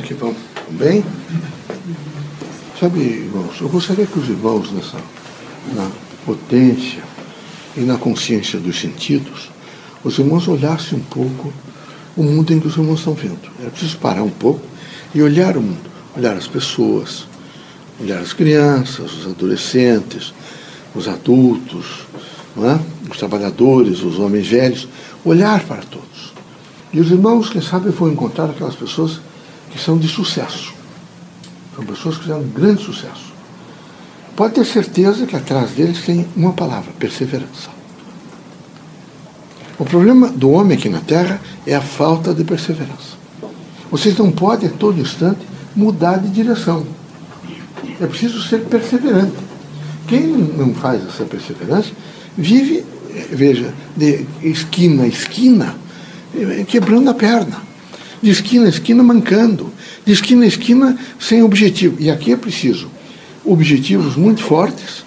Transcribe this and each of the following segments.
que vão bem? Sabe, irmãos, eu gostaria que os irmãos, na potência e na consciência dos sentidos, os irmãos olhassem um pouco o mundo em que os irmãos estão vendo. É preciso parar um pouco e olhar o mundo, olhar as pessoas, olhar as crianças, os adolescentes, os adultos, não é? Os trabalhadores, os homens velhos, olhar para todos. E os irmãos, quem sabe, vão encontrar aquelas pessoas que são de sucesso. São pessoas que fizeram um grande sucesso. Pode ter certeza que atrás deles tem uma palavra: perseverança. O problema do homem aqui na Terra é a falta de perseverança. Vocês não podem, a todo instante, mudar de direção. É preciso ser perseverante. Quem não faz essa perseverança vive, veja, de esquina a esquina, quebrando a perna. De esquina a esquina mancando. De esquina a esquina sem objetivo. E aqui é preciso objetivos muito fortes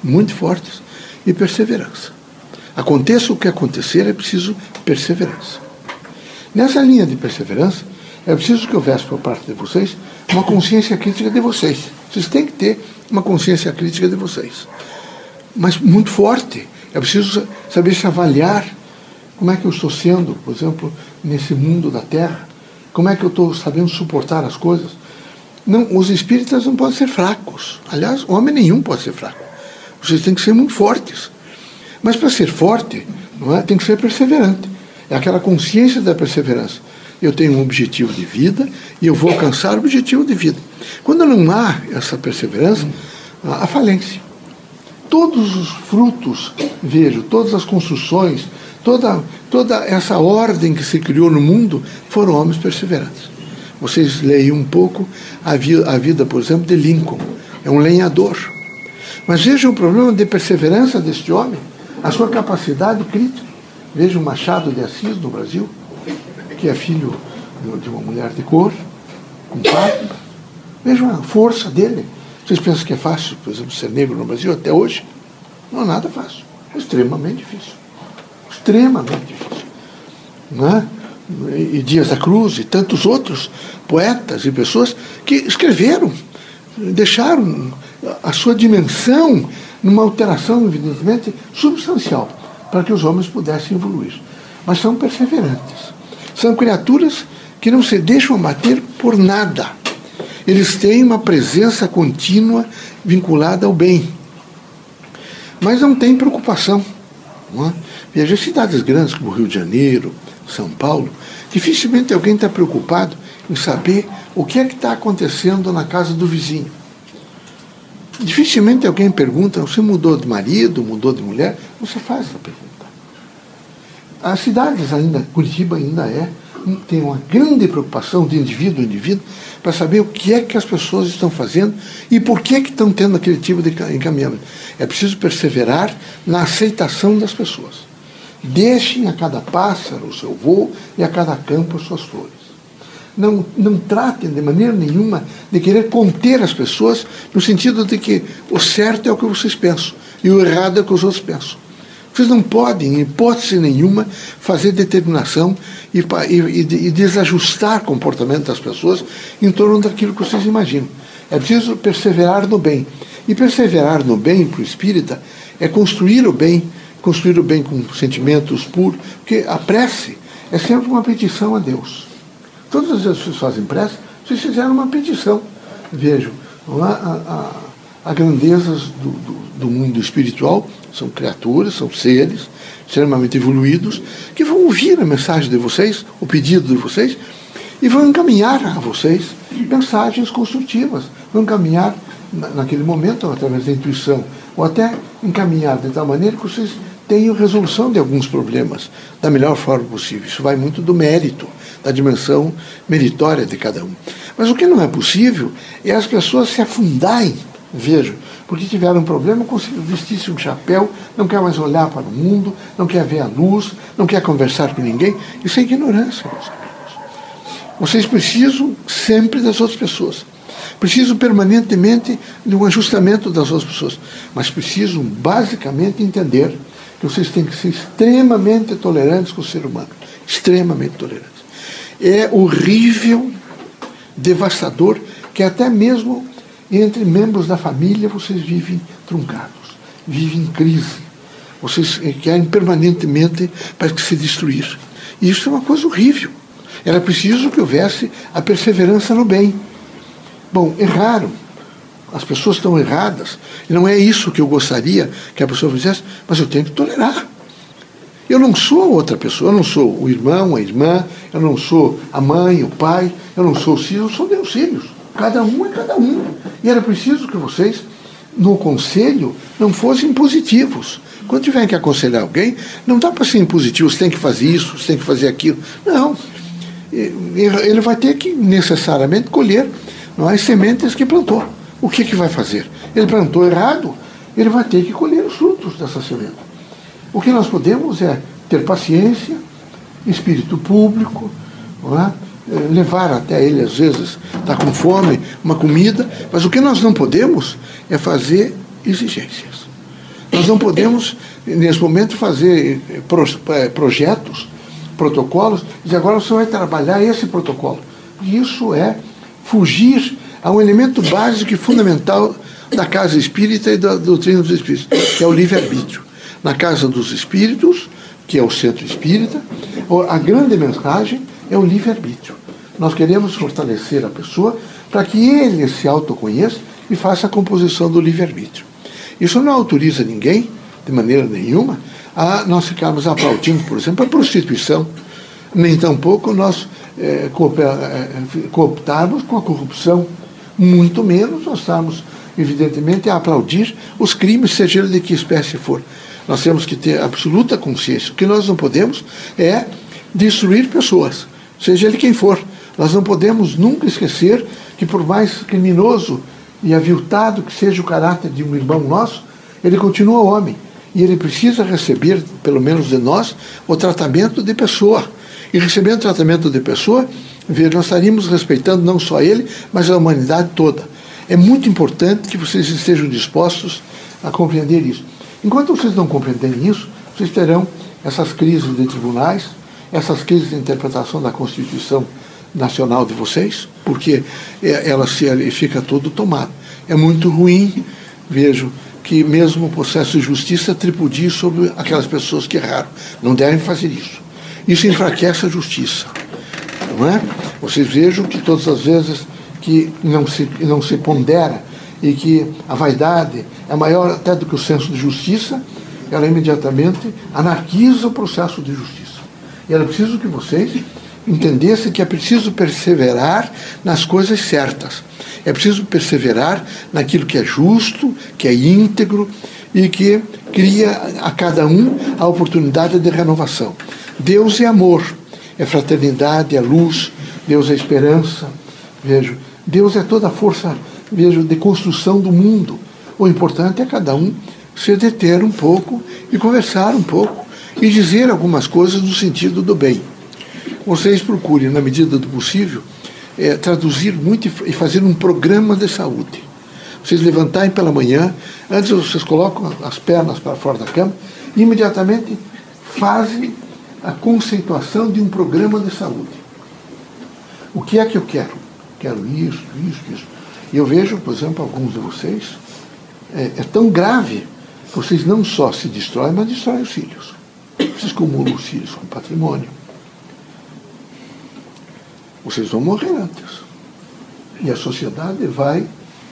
e perseverança. Aconteça o que acontecer, é preciso perseverança. Nessa linha de perseverança, é preciso que houvesse por parte de vocês uma consciência crítica de vocês. Vocês têm que ter uma consciência crítica de vocês. Mas muito forte. É preciso saber se avaliar como é que eu estou sendo, por exemplo, nesse mundo da Terra. Como é que eu estou sabendo suportar as coisas. Não, os espíritas não podem ser fracos. Aliás, homem nenhum pode ser fraco. Vocês têm que ser muito fortes. Mas para ser forte, não é, tem que ser perseverante. É aquela consciência da perseverança. Eu tenho um objetivo de vida e eu vou alcançar o objetivo de vida. Quando não há essa perseverança, há falência. Todos os frutos, vejo, todas as construções, toda essa ordem que se criou no mundo foram homens perseverantes. Vocês leiam um pouco a vida, por exemplo, de Lincoln. É um lenhador. Mas vejam o problema de perseverança deste homem, a sua capacidade crítica. Vejam Machado de Assis no Brasil, que é filho de uma mulher de cor, com pai. Vejam a força dele. Vocês pensam que é fácil, por exemplo, ser negro no Brasil até hoje? Não é nada fácil. É extremamente difícil. Extremamente difícil. Não é? E Dias da Cruz e tantos outros poetas e pessoas que escreveram, deixaram a sua dimensão numa alteração, evidentemente, substancial, para que os homens pudessem evoluir. Mas são perseverantes. São criaturas que não se deixam abater por nada. Eles têm uma presença contínua vinculada ao bem. Mas não tem preocupação. Não é? Veja, cidades grandes como Rio de Janeiro, São Paulo, dificilmente alguém está preocupado em saber o que é que está acontecendo na casa do vizinho. Dificilmente alguém pergunta: você mudou de marido, mudou de mulher? Você faz essa pergunta. As cidades ainda, Curitiba ainda tem uma grande preocupação de indivíduo a indivíduo para saber o que é que as pessoas estão fazendo e por que estão tendo aquele tipo de encaminhamento. É preciso perseverar na aceitação das pessoas. Deixem a cada pássaro o seu voo e a cada campo as suas flores. Não tratem de maneira nenhuma de querer conter as pessoas no sentido de que o certo é o que vocês pensam e o errado é o que os outros pensam. Vocês não podem, em hipótese nenhuma, fazer determinação e desajustar o comportamento das pessoas em torno daquilo que vocês imaginam. É preciso perseverar no bem. E perseverar no bem para o espírita é construir o bem com sentimentos puros, porque a prece é sempre uma petição a Deus. Todas as vezes que vocês fazem prece, vocês fizeram uma petição. Vejam, há grandezas do mundo espiritual, são criaturas, são seres extremamente evoluídos, que vão ouvir a mensagem de vocês, o pedido de vocês, e vão encaminhar a vocês mensagens construtivas, vão encaminhar naquele momento, através da intuição, ou até encaminhar de tal maneira que vocês tenham resolução de alguns problemas da melhor forma possível. Isso vai muito do mérito, da dimensão meritória de cada um. Mas o que não é possível é as pessoas se afundarem, vejam, porque tiveram um problema, vestir-se um chapéu, não quer mais olhar para o mundo, não quer ver a luz, não quer conversar com ninguém. Isso é ignorância, meus amigos. Vocês precisam sempre das outras pessoas. Precisam permanentemente de um ajustamento das outras pessoas. Mas precisam, basicamente, entender que vocês têm que ser extremamente tolerantes com o ser humano. Extremamente tolerantes. É horrível devastador, que até mesmo entre membros da família vocês vivem truncados, vivem em crise. Vocês querem permanentemente para que se destruir. E isso é uma coisa horrível. Era preciso que houvesse a perseverança no bem. Bom, erraram. As pessoas estão erradas. E não é isso que eu gostaria que a pessoa fizesse, mas eu tenho que tolerar. Eu não sou outra pessoa, eu não sou o irmão, a irmã, eu não sou a mãe, o pai, eu não sou os filhos, eu sou meus filhos. Cada um é cada um. E era preciso que vocês, no conselho, não fossem impositivos. Quando tiverem que aconselhar alguém, não dá para ser impositivo, você tem que fazer isso, você tem que fazer aquilo. Não. Ele vai ter que, necessariamente, colher, não é, as sementes que plantou. O que vai fazer? Ele plantou errado, ele vai ter que colher os frutos dessa semente. O que nós podemos é ter paciência, espírito público, não é? Levar até ele, às vezes, está com fome, uma comida, mas o que nós não podemos é fazer exigências. Nós não podemos, nesse momento, fazer projetos, protocolos, e agora você vai trabalhar esse protocolo. Isso é fugir a um elemento básico e fundamental da casa espírita e da doutrina dos espíritos, que é o livre-arbítrio. Na casa dos espíritos, que é o centro espírita, a grande mensagem é o livre-arbítrio. Nós queremos fortalecer a pessoa para que ele se autoconheça e faça a composição do livre-arbítrio. Isso não autoriza ninguém, de maneira nenhuma, a nós ficarmos aplaudindo, por exemplo, a prostituição, nem tampouco nós cooptarmos com a corrupção, muito menos nós estamos, evidentemente, a aplaudir os crimes, seja ele de que espécie for. Nós temos que ter absoluta consciência. O que nós não podemos é destruir pessoas, seja ele quem for. Nós não podemos nunca esquecer que, por mais criminoso e aviltado que seja o caráter de um irmão nosso, ele continua homem. E ele precisa receber, pelo menos de nós, o tratamento de pessoa. E recebendo o tratamento de pessoa, nós estaríamos respeitando não só ele, mas a humanidade toda. É muito importante que vocês estejam dispostos a compreender isso. Enquanto vocês não compreenderem isso, vocês terão essas crises de tribunais, essas crises de interpretação da Constituição Nacional de vocês, porque ela fica todo tomado. É muito ruim, vejo, que mesmo o processo de justiça tripudie sobre aquelas pessoas que erraram. Não devem fazer isso. Isso enfraquece a justiça. Não é? Vocês vejam que todas as vezes que não se pondera e que a vaidade é maior até do que o senso de justiça, ela imediatamente anarquiza o processo de justiça. E era preciso que vocês entendessem que é preciso perseverar nas coisas certas. É preciso perseverar naquilo que é justo, que é íntegro e que cria a cada um a oportunidade de renovação. Deus é amor, é fraternidade, é luz, Deus é esperança. Vejo, Deus é toda a força, vejo, de construção do mundo. O importante é cada um se deter um pouco e conversar um pouco e dizer algumas coisas no sentido do bem. Vocês procurem, na medida do possível, traduzir muito e fazer um programa de saúde. Vocês levantarem pela manhã, antes vocês colocam as pernas para fora da cama e imediatamente fazem a conceituação de um programa de saúde. O que é que eu quero? Quero isso. E eu vejo, por exemplo, alguns de vocês, é tão grave que vocês não só se destroem, mas destroem os filhos. Vocês acumulam os filhos com patrimônio. Vocês vão morrer antes. E a sociedade vai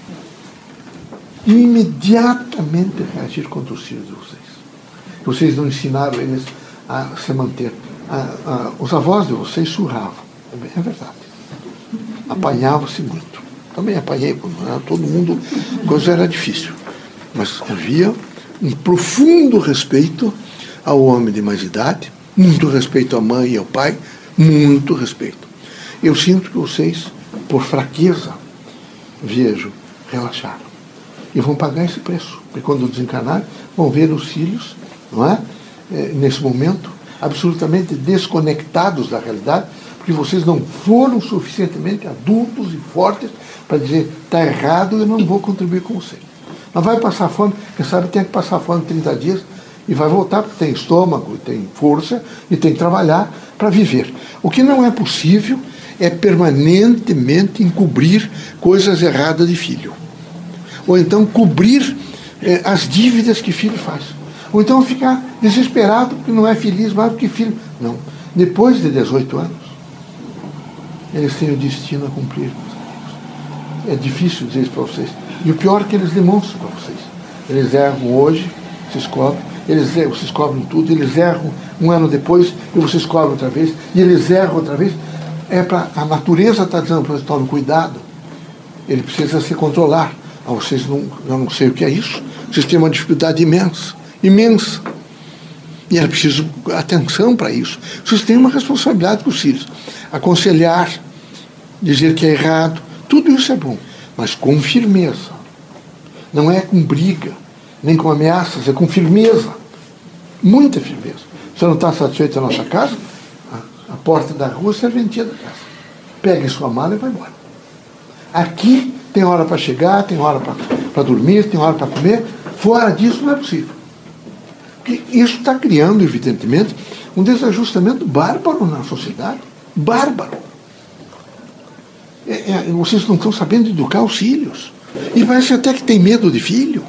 imediatamente reagir contra os filhos de vocês. Vocês não ensinaram eles a se manter. Os avós de vocês surravam. É verdade. Apanhava-se muito. Também apanhei, todo mundo, a coisa era difícil. Mas havia um profundo respeito ao homem de mais idade, muito respeito à mãe e ao pai, muito respeito. Eu sinto que vocês, por fraqueza, relaxaram. E vão pagar esse preço. Porque quando desencarnar, vão ver os filhos, não é? Nesse momento, absolutamente desconectados da realidade, porque vocês não foram suficientemente adultos e fortes para dizer, está errado, eu não vou contribuir com você. Mas vai passar fome, quem sabe tem que passar fome 30 dias e vai voltar, porque tem estômago, tem força e tem que trabalhar para viver. O que não é possível é permanentemente encobrir coisas erradas de filho. Ou então cobrir as dívidas que filho faz. Ou então ficar desesperado porque não é feliz mais porque filho... Não. Depois de 18 anos, eles têm o destino a cumprir. É difícil dizer isso para vocês. E o pior é que eles demonstram para vocês. Eles erram hoje, vocês cobram, vocês cobram tudo, eles erram um ano depois e vocês cobram outra vez, e eles erram outra vez. A natureza está dizendo para vocês, tomem cuidado. Ele precisa se controlar. Vocês não, eu não sei o que é isso. Vocês têm uma dificuldade imensa, imensa. E é preciso atenção para isso. Vocês têm uma responsabilidade com os filhos. Aconselhar, dizer que é errado, tudo isso é bom, mas com firmeza. Não é com briga, nem com ameaças, é com firmeza. Muita firmeza. Você não está satisfeito na nossa casa? A porta da rua é a serventia da casa. Pegue sua mala e vai embora. Aqui tem hora para chegar, tem hora para dormir, tem hora para comer. Fora disso não é possível. Porque isso está criando, evidentemente, um desajustamento bárbaro na sociedade. Bárbaro. Vocês não estão sabendo educar os filhos. E parece até que tem medo de filho.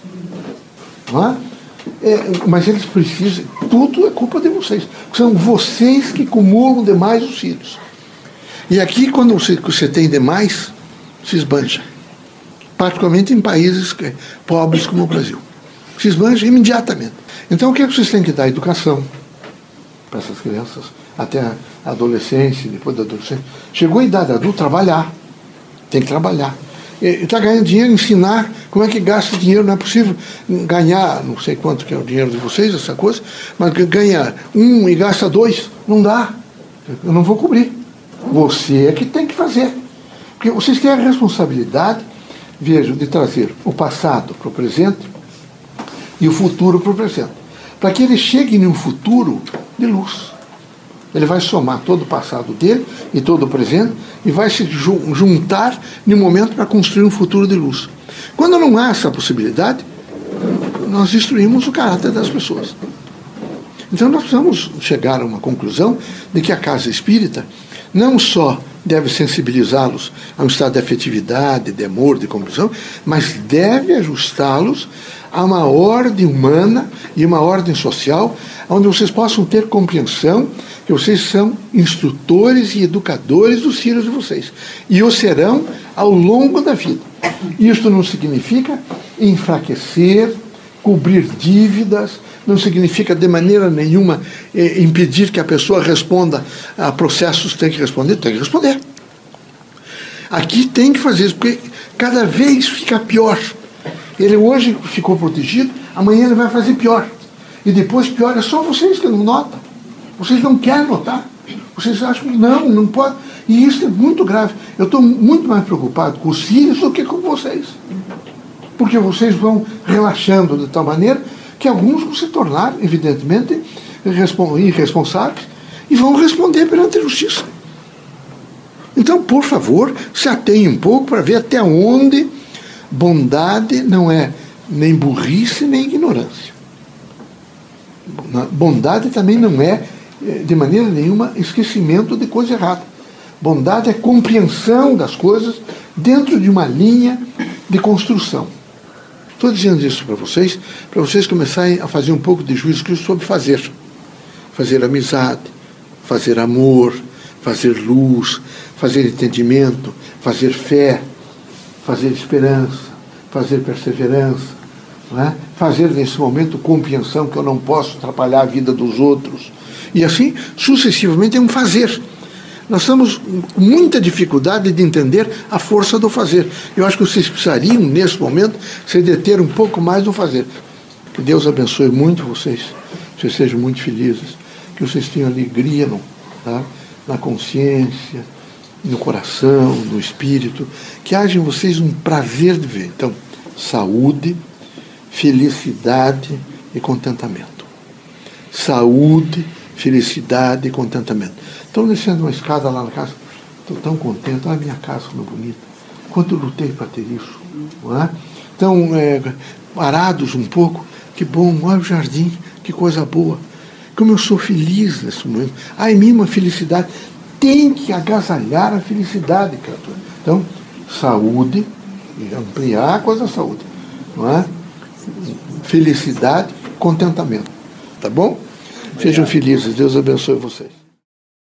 Não é? Mas eles precisam, tudo é culpa de vocês. São vocês que acumulam demais os filhos. E aqui, quando você tem demais, se esbanja. Particularmente em países pobres como o Brasil. Se esbanja imediatamente. Então, o que é que vocês têm que dar? Educação para essas crianças, até a adolescência, depois da adolescência. Chegou a idade adulta, trabalhar. Tem que trabalhar. Está ganhando dinheiro, ensinar como é que gasta dinheiro. Não é possível ganhar, não sei quanto que é o dinheiro de vocês, essa coisa, mas ganha 1 e gasta 2. Não dá. Eu não vou cobrir. Você é que tem que fazer. Porque vocês têm a responsabilidade, vejo, de trazer o passado para o presente e o futuro para o presente. Para que ele chegue em um futuro de luz. Ele vai somar todo o passado dele e todo o presente e vai se juntar em um momento para construir um futuro de luz. Quando não há essa possibilidade, nós destruímos o caráter das pessoas. Então nós precisamos chegar a uma conclusão de que a casa espírita não só deve sensibilizá-los a um estado de afetividade, de amor, de compreensão, mas deve ajustá-los a uma ordem humana e uma ordem social, onde vocês possam ter compreensão que vocês são instrutores e educadores dos filhos de vocês. E o serão ao longo da vida. Isto não significa enfraquecer, cobrir dívidas, não significa de maneira nenhuma impedir que a pessoa responda a processos que tem que responder. Tem que responder. Aqui tem que fazer isso, porque cada vez fica pior. Ele hoje ficou protegido, amanhã ele vai fazer pior. E depois pior, é só vocês que não notam. Vocês não querem notar. Vocês acham que não pode. E isso é muito grave. Eu estou muito mais preocupado com os filhos do que com vocês. Porque vocês vão relaxando de tal maneira que alguns vão se tornar, evidentemente, irresponsáveis e vão responder perante a justiça. Então, por favor, se atenha um pouco para ver até onde bondade não é nem burrice nem ignorância. Bondade também não é, de maneira nenhuma, esquecimento de coisa errada. Bondade é compreensão das coisas dentro de uma linha de construção. Estou dizendo isso para vocês começarem a fazer um pouco de juízo crítico sobre fazer. Fazer amizade, fazer amor, fazer luz, fazer entendimento, fazer fé, fazer esperança, fazer perseverança, não é? Fazer nesse momento compreensão que eu não posso atrapalhar a vida dos outros. E assim, sucessivamente, é um fazer. Nós estamos com muita dificuldade de entender a força do fazer. Eu acho que vocês precisariam, nesse momento, se deter um pouco mais no fazer. Que Deus abençoe muito vocês, que vocês sejam muito felizes, que vocês tenham alegria na consciência, no coração, no espírito, que haja em vocês um prazer de ver. Então, saúde, felicidade e contentamento. Saúde, felicidade e contentamento. Estão descendo uma escada lá na casa, estou tão contente, olha a minha casa como bonita, quanto eu lutei para ter isso, não é? Então, parados um pouco, que bom, olha o jardim, que coisa boa, como eu sou feliz nesse momento, há em mim uma felicidade, tem que agasalhar a felicidade, criatura. Então, saúde, e ampliar a coisa da saúde, não é? Felicidade, contentamento. Tá bom? Sejam felizes. Deus abençoe vocês.